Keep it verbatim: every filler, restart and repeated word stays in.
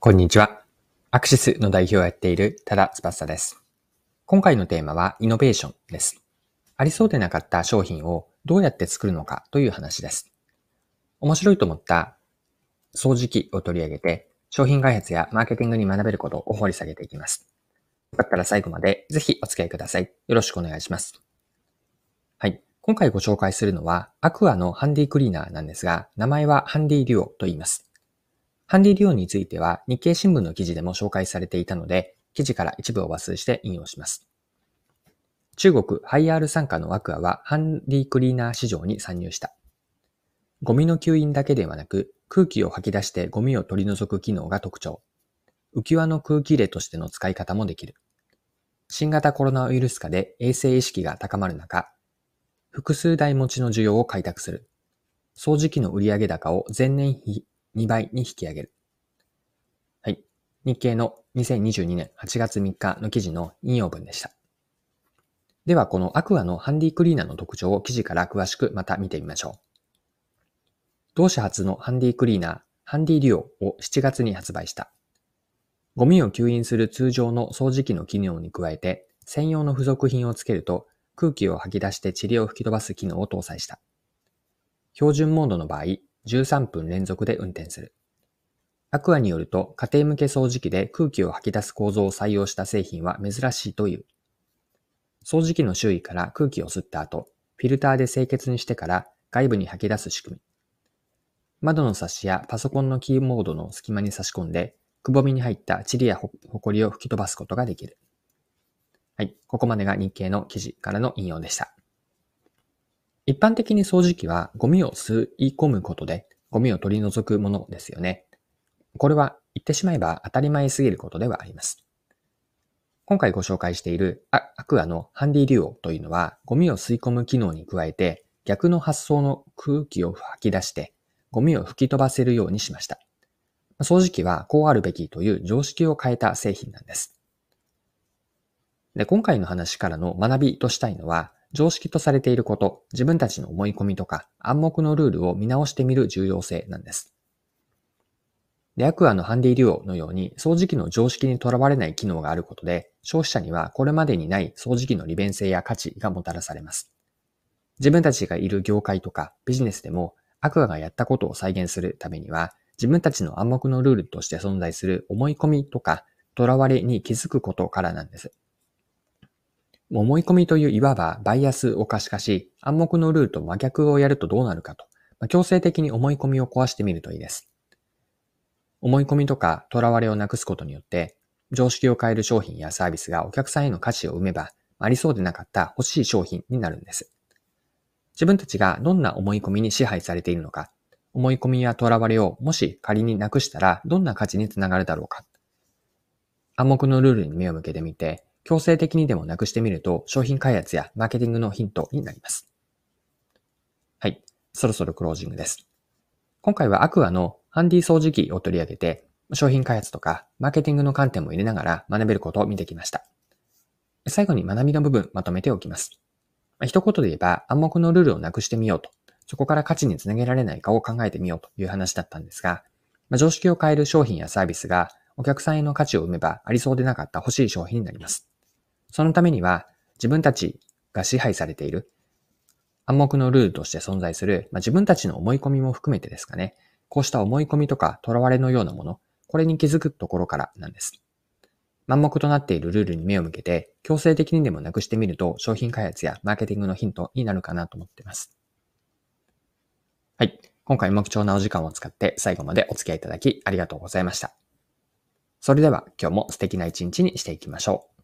こんにちは。アクシスの代表をやっている多田翼です。今回のテーマはイノベーションです。ありそうでなかった商品をどうやって作るのかという話です。面白いと思った掃除機を取り上げて、商品開発やマーケティングに学べることを掘り下げていきます。よかったら最後までぜひお付き合いください。よろしくお願いします。はい。今回ご紹介するのはアクアのハンディクリーナーなんですが、名前はハンディデュオと言います。ハンディデュオについては日経新聞の記事でも紹介されていたので、記事から一部を抜粋して引用します。中国ハイアール傘下のアクアはハンディクリーナー市場に参入した。ゴミの吸引だけではなく、空気を吐き出してゴミを取り除く機能が特徴。浮き輪の空気入れとしての使い方もできる。新型コロナウイルス禍で衛生意識が高まる中、複数台持ちの需要を開拓する。掃除機の売上高を前年比にばいに引き上げる。はい。日経のにせんにじゅうにねんはちがつみっかの記事の引用文でした。では、このアクアのハンディクリーナーの特徴を記事から詳しくまた見てみましょう。同社初のハンディクリーナー、ハンディデュオをしちがつに発売した。ゴミを吸引する通常の掃除機の機能に加えて、専用の付属品をつけると空気を吐き出して塵を吹き飛ばす機能を搭載した。標準モードの場合、じゅうさんぷん連続で運転する。アクアによると、家庭向け掃除機で空気を吐き出す構造を採用した製品は珍しいという。掃除機の周囲から空気を吸った後、フィルターで清潔にしてから外部に吐き出す仕組み。窓のサッシやパソコンのキーボードの隙間に差し込んで、くぼみに入った塵やほこりを吹き飛ばすことができる。はい、ここまでが日経の記事からの引用でした。一般的に掃除機はゴミを吸い込むことでゴミを取り除くものですよね。これは言ってしまえば当たり前すぎることではあります。今回ご紹介しているアクアのハンディデュオというのはゴミを吸い込む機能に加えて逆の発想の空気を吐き出してゴミを吹き飛ばせるようにしました。掃除機はこうあるべきという常識を変えた製品なんです。で、今回の話からの学びとしたいのは常識とされていること、自分たちの思い込みとか暗黙のルールを見直してみる重要性なんです。で、アクアのハンディデュオのように掃除機の常識にとらわれない機能があることで、消費者にはこれまでにない掃除機の利便性や価値がもたらされます。自分たちがいる業界とかビジネスでもアクアがやったことを再現するためには、自分たちの暗黙のルールとして存在する思い込みとかとらわれに気づくことからなんです。思い込みといういわばバイアスを可視化し、暗黙のルールと真逆をやるとどうなるかと、強制的に思い込みを壊してみるといいです。思い込みとか囚われをなくすことによって、常識を変える商品やサービスがお客さんへの価値を生めば、ありそうでなかった欲しい商品になるんです。自分たちがどんな思い込みに支配されているのか、思い込みや囚われをもし仮になくしたらどんな価値につながるだろうか。暗黙のルールに目を向けてみて、強制的にでもなくしてみると商品開発やマーケティングのヒントになります。はい、そろそろクロージングです。今回はアクアのハンディ掃除機を取り上げて、商品開発とかマーケティングの観点も入れながら学べることを見てきました。最後に学びの部分まとめておきます。一言で言えば暗黙のルールをなくしてみようと、そこから価値につなげられないかを考えてみようという話だったんですが、常識を変える商品やサービスがお客さんへの価値を生めばありそうでなかった欲しい商品になります。そのためには自分たちが支配されている暗黙のルールとして存在する、まあ、自分たちの思い込みも含めてですかね。こうした思い込みとか囚われのようなもの、これに気づくところからなんです。暗黙となっているルールに目を向けて、強制的にでもなくしてみると、商品開発やマーケティングのヒントになるかなと思っています。はい。今回も貴重なお時間を使って最後までお付き合いいただきありがとうございました。それでは今日も素敵な一日にしていきましょう。